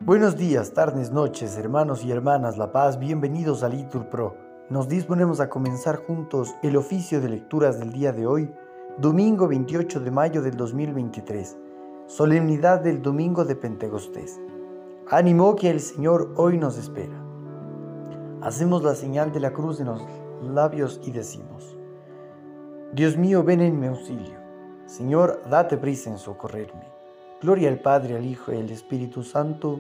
Buenos días, tardes, noches, hermanos y hermanas La Paz, bienvenidos a Litur Pro. Nos disponemos a comenzar juntos el oficio de lecturas del día de hoy, domingo 28 de mayo del 2023, solemnidad del domingo de Pentecostés. Ánimo que el Señor hoy nos espera. Hacemos la señal de la cruz en los labios y decimos: Dios mío, ven en mi auxilio. Señor, date prisa en socorrerme. Gloria al Padre, al Hijo y al Espíritu Santo.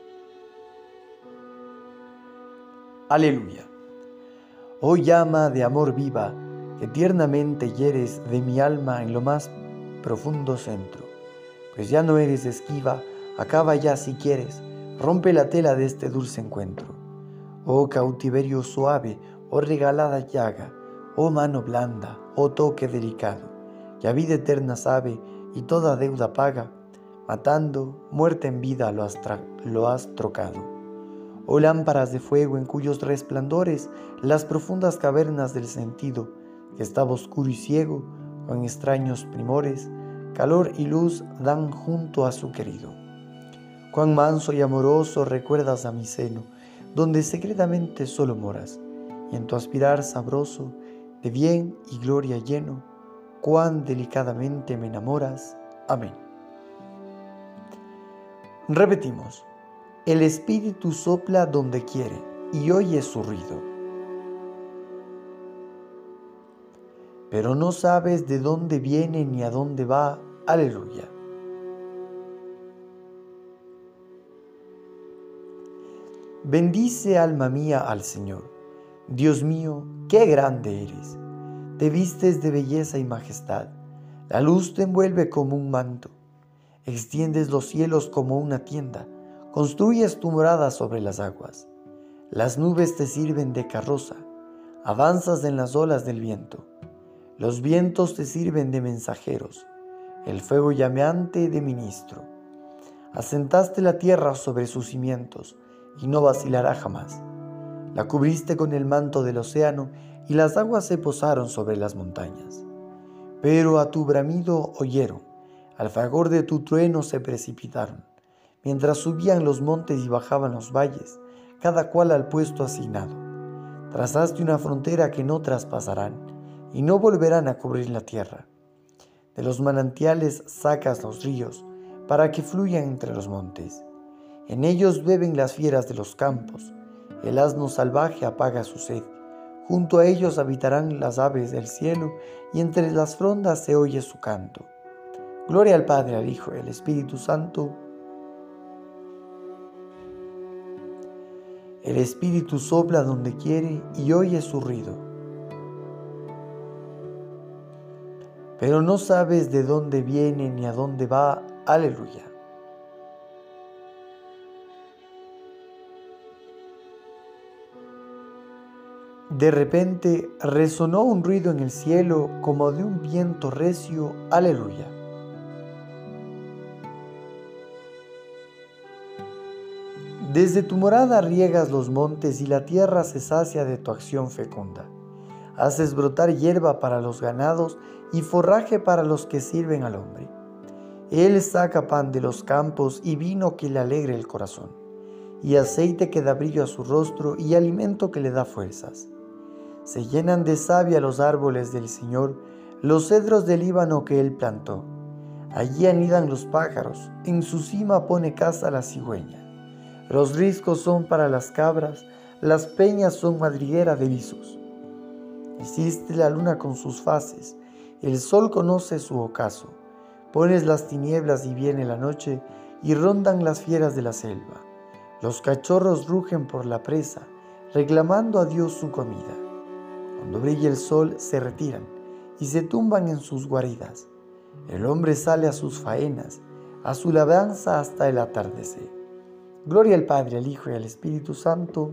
Aleluya. Oh llama de amor viva, que tiernamente hieres de mi alma en lo más profundo centro. Pues ya no eres esquiva, acaba ya si quieres, rompe la tela de este dulce encuentro. Oh cautiverio suave, oh regalada llaga, oh mano blanda, oh toque delicado, que a vida eterna sabe y toda deuda paga, matando, muerte en vida lo has trocado. Oh lámparas de fuego en cuyos resplandores las profundas cavernas del sentido, que estaba oscuro y ciego, con extraños primores, calor y luz dan junto a su querido. Cuán manso y amoroso recuerdas a mi seno, donde secretamente solo moras, y en tu aspirar sabroso, de bien y gloria lleno, cuán delicadamente me enamoras. Amén. Repetimos: el Espíritu sopla donde quiere y oye su ruido, pero no sabes de dónde viene ni a dónde va. Aleluya. Bendice, alma mía, al Señor. Dios mío, qué grande eres. Te vistes de belleza y majestad. La luz te envuelve como un manto. Extiendes los cielos como una tienda. Construyes tu morada sobre las aguas. Las nubes te sirven de carroza. Avanzas en las olas del viento. Los vientos te sirven de mensajeros. El fuego llameante de ministro. Asentaste la tierra sobre sus cimientos y no vacilará jamás. La cubriste con el manto del océano y las aguas se posaron sobre las montañas. Pero a tu bramido oyeron, al fragor de tu trueno se precipitaron. Mientras subían los montes y bajaban los valles, cada cual al puesto asignado. Trazaste una frontera que no traspasarán y no volverán a cubrir la tierra. De los manantiales sacas los ríos para que fluyan entre los montes. En ellos beben las fieras de los campos. El asno salvaje apaga su sed. Junto a ellos habitarán las aves del cielo y entre las frondas se oye su canto. Gloria al Padre, al Hijo y al Espíritu Santo. El Espíritu sopla donde quiere y oye su ruido, pero no sabes de dónde viene ni a dónde va. Aleluya. De repente resonó un ruido en el cielo como de un viento recio. Aleluya. Desde tu morada riegas los montes y la tierra se sacia de tu acción fecunda. Haces brotar hierba para los ganados y forraje para los que sirven al hombre. Él saca pan de los campos y vino que le alegre el corazón, y aceite que da brillo a su rostro y alimento que le da fuerzas. Se llenan de savia los árboles del Señor, los cedros del Líbano que Él plantó. Allí anidan los pájaros, en su cima pone casa la cigüeña. Los riscos son para las cabras, las peñas son madriguera de lisos. Hiciste la luna con sus fases, el sol conoce su ocaso. Pones las tinieblas y viene la noche, y rondan las fieras de la selva. Los cachorros rugen por la presa, reclamando a Dios su comida. Cuando brilla el sol se retiran y se tumban en sus guaridas. El hombre sale a sus faenas, a su labranza hasta el atardecer. Gloria al Padre, al Hijo y al Espíritu Santo.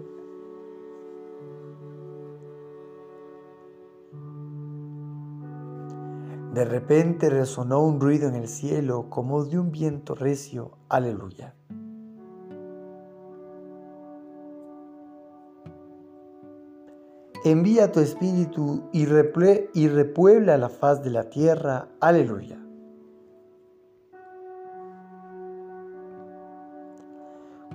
De repente resonó un ruido en el cielo como de un viento recio. Aleluya. Envía tu Espíritu y repuebla la faz de la tierra. Aleluya.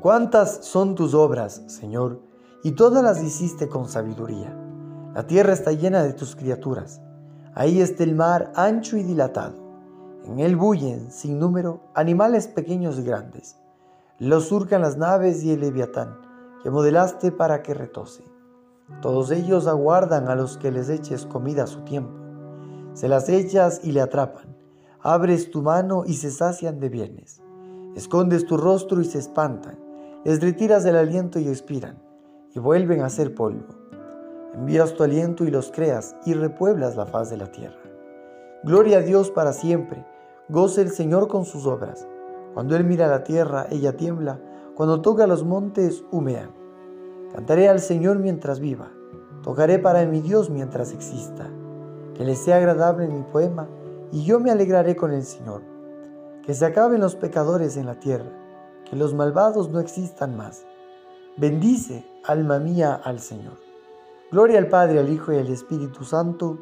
Cuántas son tus obras, Señor, y todas las hiciste con sabiduría. La tierra está llena de tus criaturas. Ahí está el mar ancho y dilatado. En él bullen, sin número, animales pequeños y grandes. Los surcan las naves y el leviatán, que modelaste para que retose. Todos ellos aguardan a los que les eches comida a su tiempo. Se las echas y le atrapan. Abres tu mano y se sacian de bienes. Escondes tu rostro y se espantan. Les retiras el aliento y expiran, y vuelven a ser polvo. Envías tu aliento y los creas, y repueblas la faz de la tierra. Gloria a Dios para siempre. Goce el Señor con sus obras. Cuando Él mira la tierra, ella tiembla. Cuando toca los montes, humean. Cantaré al Señor mientras viva. Tocaré para mi Dios mientras exista. Que le sea agradable mi poema, y yo me alegraré con el Señor. Que se acaben los pecadores en la tierra, que los malvados no existan más. Bendice, alma mía, al Señor. Gloria al Padre, al Hijo y al Espíritu Santo.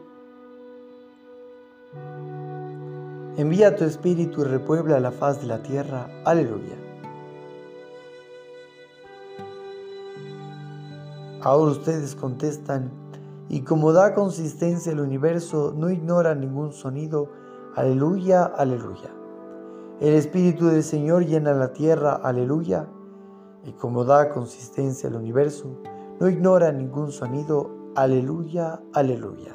Envía tu Espíritu y repuebla la faz de la tierra. Aleluya. Ahora ustedes contestan, y como da consistencia el universo, no ignora ningún sonido. Aleluya, aleluya. El Espíritu del Señor llena la tierra. Aleluya. Y como da consistencia el universo, no ignora ningún sonido. Aleluya, aleluya.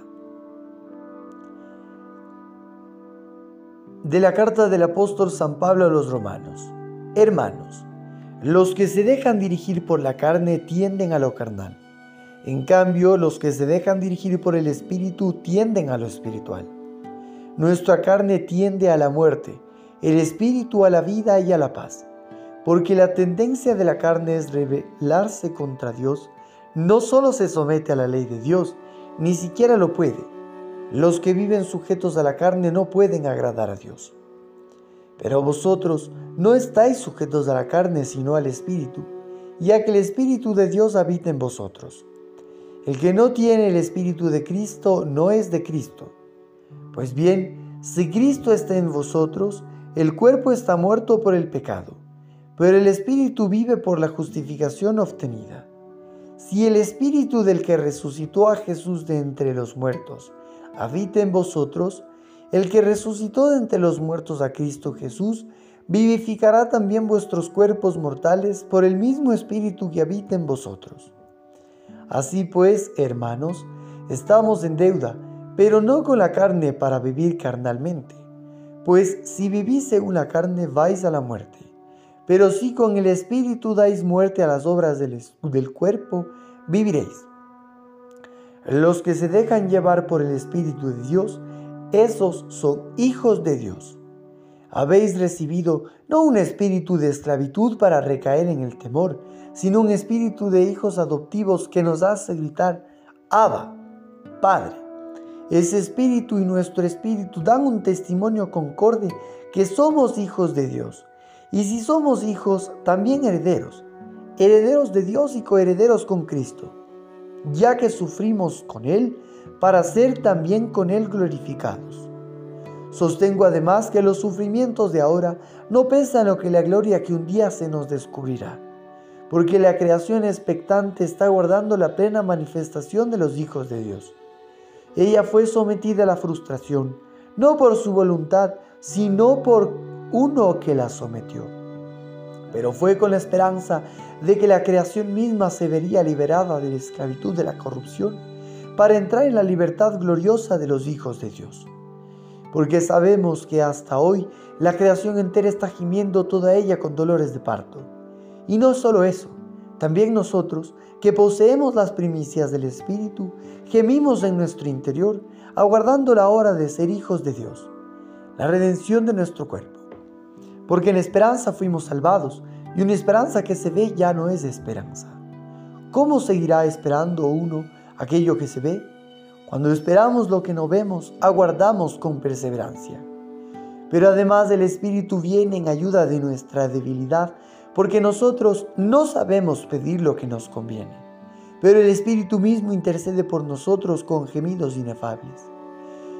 De la carta del apóstol San Pablo a los romanos. Hermanos, los que se dejan dirigir por la carne tienden a lo carnal. En cambio, los que se dejan dirigir por el Espíritu tienden a lo espiritual. Nuestra carne tiende a la muerte, el Espíritu a la vida y a la paz. Porque la tendencia de la carne es rebelarse contra Dios. No solo se somete a la ley de Dios, ni siquiera lo puede. Los que viven sujetos a la carne no pueden agradar a Dios. Pero vosotros no estáis sujetos a la carne, sino al Espíritu, ya que el Espíritu de Dios habita en vosotros. El que no tiene el Espíritu de Cristo no es de Cristo. Pues bien, si Cristo está en vosotros, el cuerpo está muerto por el pecado, pero el Espíritu vive por la justificación obtenida. Si el Espíritu del que resucitó a Jesús de entre los muertos habita en vosotros, el que resucitó de entre los muertos a Cristo Jesús, vivificará también vuestros cuerpos mortales por el mismo Espíritu que habita en vosotros. Así pues, hermanos, estamos en deuda, pero no con la carne para vivir carnalmente. Pues si vivís según la carne, vais a la muerte. Pero si con el Espíritu dais muerte a las obras del cuerpo, viviréis. Los que se dejan llevar por el Espíritu de Dios, esos son hijos de Dios. Habéis recibido no un espíritu de esclavitud para recaer en el temor, sino un espíritu de hijos adoptivos que nos hace gritar, Abba, Padre. Ese espíritu y nuestro espíritu dan un testimonio concorde que somos hijos de Dios. Y si somos hijos, también herederos, herederos de Dios y coherederos con Cristo, ya que sufrimos con Él, para ser también con Él glorificados. Sostengo además que los sufrimientos de ahora no pesan lo que la gloria que un día se nos descubrirá, porque la creación expectante está aguardando la plena manifestación de los hijos de Dios. Ella fue sometida a la frustración, no por su voluntad, sino por uno que la sometió. Pero fue con la esperanza de que la creación misma se vería liberada de la esclavitud de la corrupción para entrar en la libertad gloriosa de los hijos de Dios. Porque sabemos que hasta hoy la creación entera está gimiendo toda ella con dolores de parto. Y no solo eso, también nosotros, que poseemos las primicias del Espíritu, gemimos en nuestro interior, aguardando la hora de ser hijos de Dios, la redención de nuestro cuerpo. Porque en esperanza fuimos salvados, y una esperanza que se ve ya no es esperanza. ¿Cómo seguirá esperando uno aquello que se ve? Cuando esperamos lo que no vemos, aguardamos con perseverancia. Pero además el Espíritu viene en ayuda de nuestra debilidad, porque nosotros no sabemos pedir lo que nos conviene. Pero el Espíritu mismo intercede por nosotros con gemidos inefables.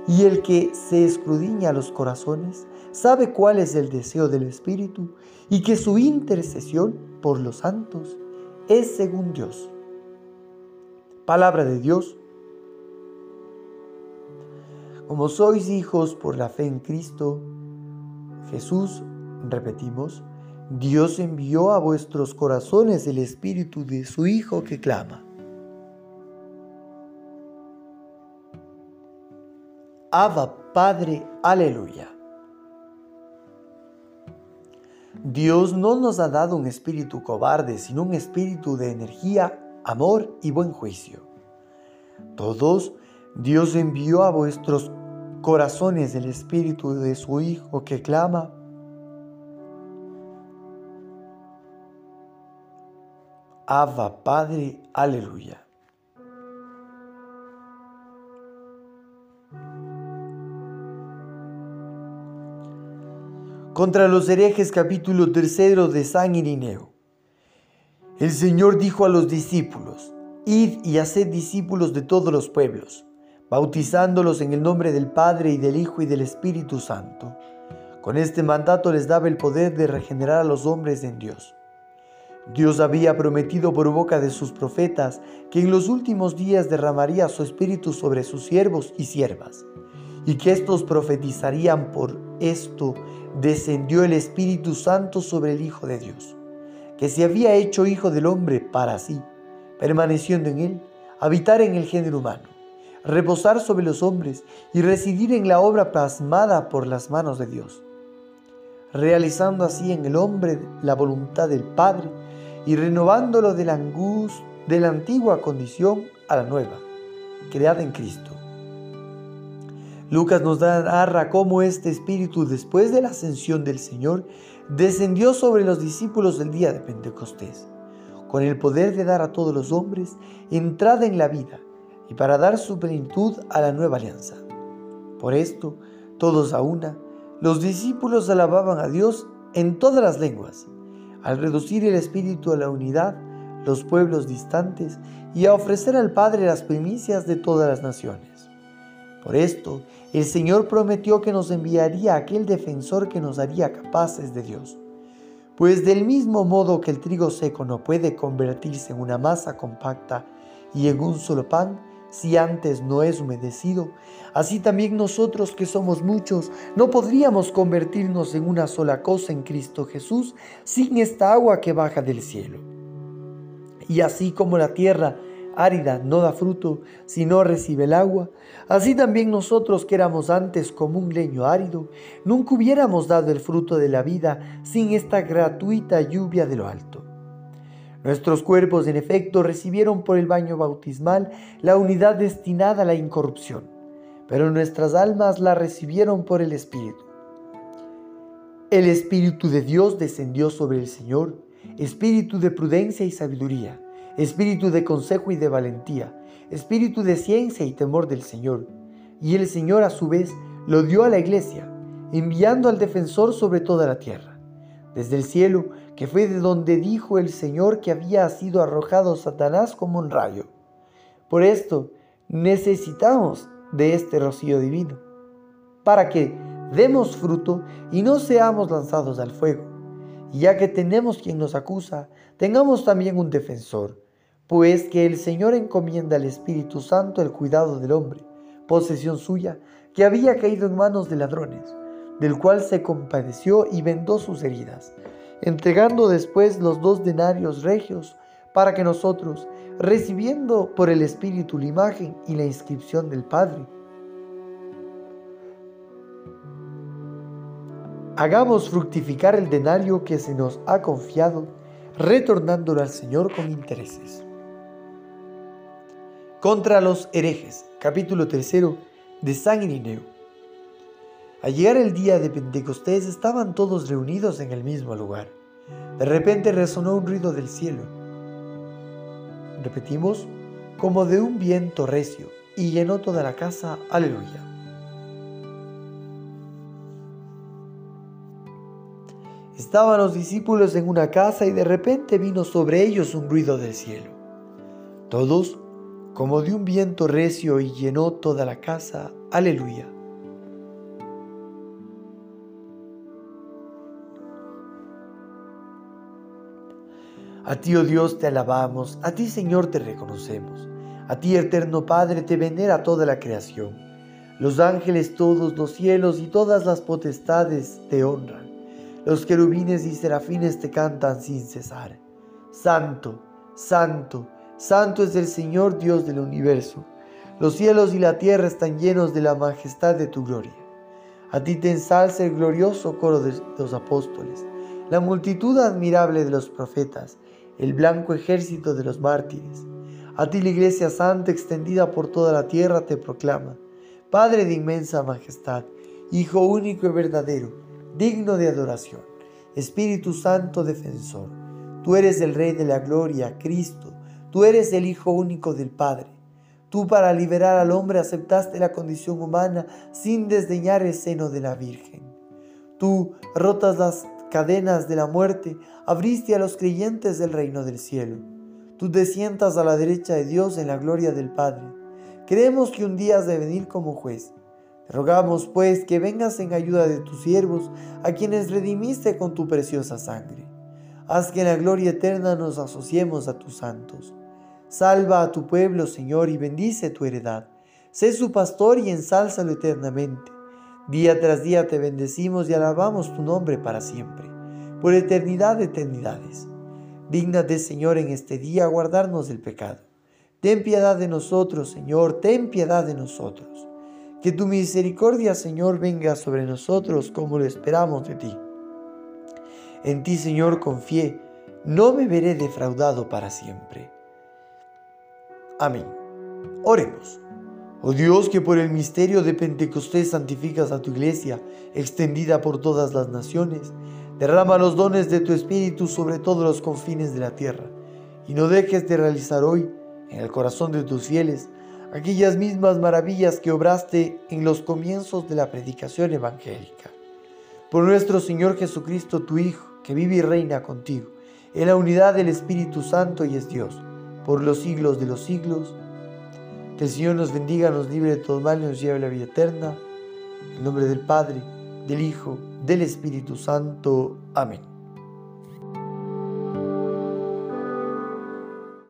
Y el que se escudriña los corazones sabe cuál es el deseo del Espíritu, y que su intercesión por los santos es según Dios. Palabra de Dios. Como sois hijos por la fe en Cristo Jesús, repetimos, Dios envió a vuestros corazones el Espíritu de su Hijo que clama: Abba, Padre, aleluya. Dios no nos ha dado un espíritu cobarde, sino un espíritu de energía, amor y buen juicio. Todos, Dios envió a vuestros corazones el Espíritu de su Hijo que clama: Abba, Padre, aleluya. Contra los herejes, capítulo 3 de San Irineo. El Señor dijo a los discípulos: Id y haced discípulos de todos los pueblos, bautizándolos en el nombre del Padre y del Hijo y del Espíritu Santo. Con este mandato les daba el poder de regenerar a los hombres en Dios. Dios había prometido por boca de sus profetas que en los últimos días derramaría su Espíritu sobre sus siervos y siervas, y que éstos profetizarían. Por esto descendió el Espíritu Santo sobre el Hijo de Dios, que se había hecho Hijo del hombre para sí, permaneciendo en él, habitar en el género humano, reposar sobre los hombres y residir en la obra plasmada por las manos de Dios, realizando así en el hombre la voluntad del Padre y renovándolo de la antigua condición a la nueva, creada en Cristo. Lucas nos narra cómo este Espíritu, después de la ascensión del Señor, descendió sobre los discípulos el día de Pentecostés, con el poder de dar a todos los hombres entrada en la vida y para dar su plenitud a la nueva alianza. Por esto, todos a una, los discípulos alababan a Dios en todas las lenguas, al reducir el Espíritu a la unidad, los pueblos distantes, y a ofrecer al Padre las primicias de todas las naciones. Por esto, el Señor prometió que nos enviaría aquel defensor que nos haría capaces de Dios. Pues del mismo modo que el trigo seco no puede convertirse en una masa compacta y en un solo pan, si antes no es humedecido, así también nosotros, que somos muchos, no podríamos convertirnos en una sola cosa en Cristo Jesús sin esta agua que baja del cielo. Y así como la tierra árida no da fruto si no recibe el agua, así también nosotros, que éramos antes como un leño árido, nunca hubiéramos dado el fruto de la vida sin esta gratuita lluvia de lo alto. Nuestros cuerpos, en efecto, recibieron por el baño bautismal la unidad destinada a la incorrupción, pero nuestras almas la recibieron por el Espíritu. El Espíritu de Dios descendió sobre el Señor, Espíritu de prudencia y sabiduría, Espíritu de consejo y de valentía, Espíritu de ciencia y temor del Señor. Y el Señor a su vez lo dio a la Iglesia, enviando al defensor sobre toda la tierra, desde el cielo, que fue de donde dijo el Señor que había sido arrojado Satanás como un rayo. Por esto necesitamos de este rocío divino, para que demos fruto y no seamos lanzados al fuego. Y ya que tenemos quien nos acusa, tengamos también un defensor, pues que el Señor encomienda al Espíritu Santo el cuidado del hombre, posesión suya, que había caído en manos de ladrones, del cual se compadeció y vendó sus heridas, entregando después los 2 denarios regios, para que nosotros, recibiendo por el Espíritu la imagen y la inscripción del Padre, hagamos fructificar el denario que se nos ha confiado, retornándolo al Señor con intereses. Contra los herejes, capítulo 3 de San Irineo. Al llegar el día de Pentecostés, estaban todos reunidos en el mismo lugar. De repente resonó un ruido del cielo. Repetimos, como de un viento recio, y llenó toda la casa. Aleluya. Estaban los discípulos en una casa y de repente vino sobre ellos un ruido del cielo. Todos, como de un viento recio, y llenó toda la casa. Aleluya. A ti, oh Dios, te alabamos, a ti, Señor, te reconocemos. A ti, eterno Padre, te venera toda la creación. Los ángeles todos, los cielos y todas las potestades te honran. Los querubines y serafines te cantan sin cesar. Santo, santo, santo es el Señor Dios del universo. Los cielos y la tierra están llenos de la majestad de tu gloria. A ti te ensalza el glorioso coro de los apóstoles, la multitud admirable de los profetas, el blanco ejército de los mártires. A ti la Iglesia Santa extendida por toda la tierra te proclama, Padre de inmensa majestad, Hijo único y verdadero, digno de adoración, Espíritu Santo defensor. Tú eres el Rey de la gloria, Cristo, tú eres el Hijo único del Padre. Tú para liberar al hombre aceptaste la condición humana sin desdeñar el seno de la Virgen. Tú, rotas las cadenas de la muerte, abriste a los creyentes del reino del cielo. Tú te sientas a la derecha de Dios en la gloria del Padre. Creemos que un día has de venir como juez. Te rogamos, pues, que vengas en ayuda de tus siervos, a quienes redimiste con tu preciosa sangre. Haz que en la gloria eterna nos asociemos a tus santos. Salva a tu pueblo, Señor, y bendice tu heredad. Sé su pastor y ensálzalo eternamente. Día tras día te bendecimos y alabamos tu nombre para siempre, por eternidad de eternidades. Dígnate, Señor, en este día guardarnos del pecado. Ten piedad de nosotros, Señor, ten piedad de nosotros. Que tu misericordia, Señor, venga sobre nosotros como lo esperamos de ti. En ti, Señor, confié, no me veré defraudado para siempre. Amén. Oremos. Oh Dios, que por el misterio de Pentecostés santificas a tu Iglesia, extendida por todas las naciones, derrama los dones de tu Espíritu sobre todos los confines de la tierra, y no dejes de realizar hoy, en el corazón de tus fieles, aquellas mismas maravillas que obraste en los comienzos de la predicación evangélica. Por nuestro Señor Jesucristo, tu Hijo, que vive y reina contigo, en la unidad del Espíritu Santo y es Dios, por los siglos de los siglos. Que el Señor nos bendiga, nos libre de todo mal y nos lleve a la vida eterna. En el nombre del Padre, del Hijo, del Espíritu Santo. Amén.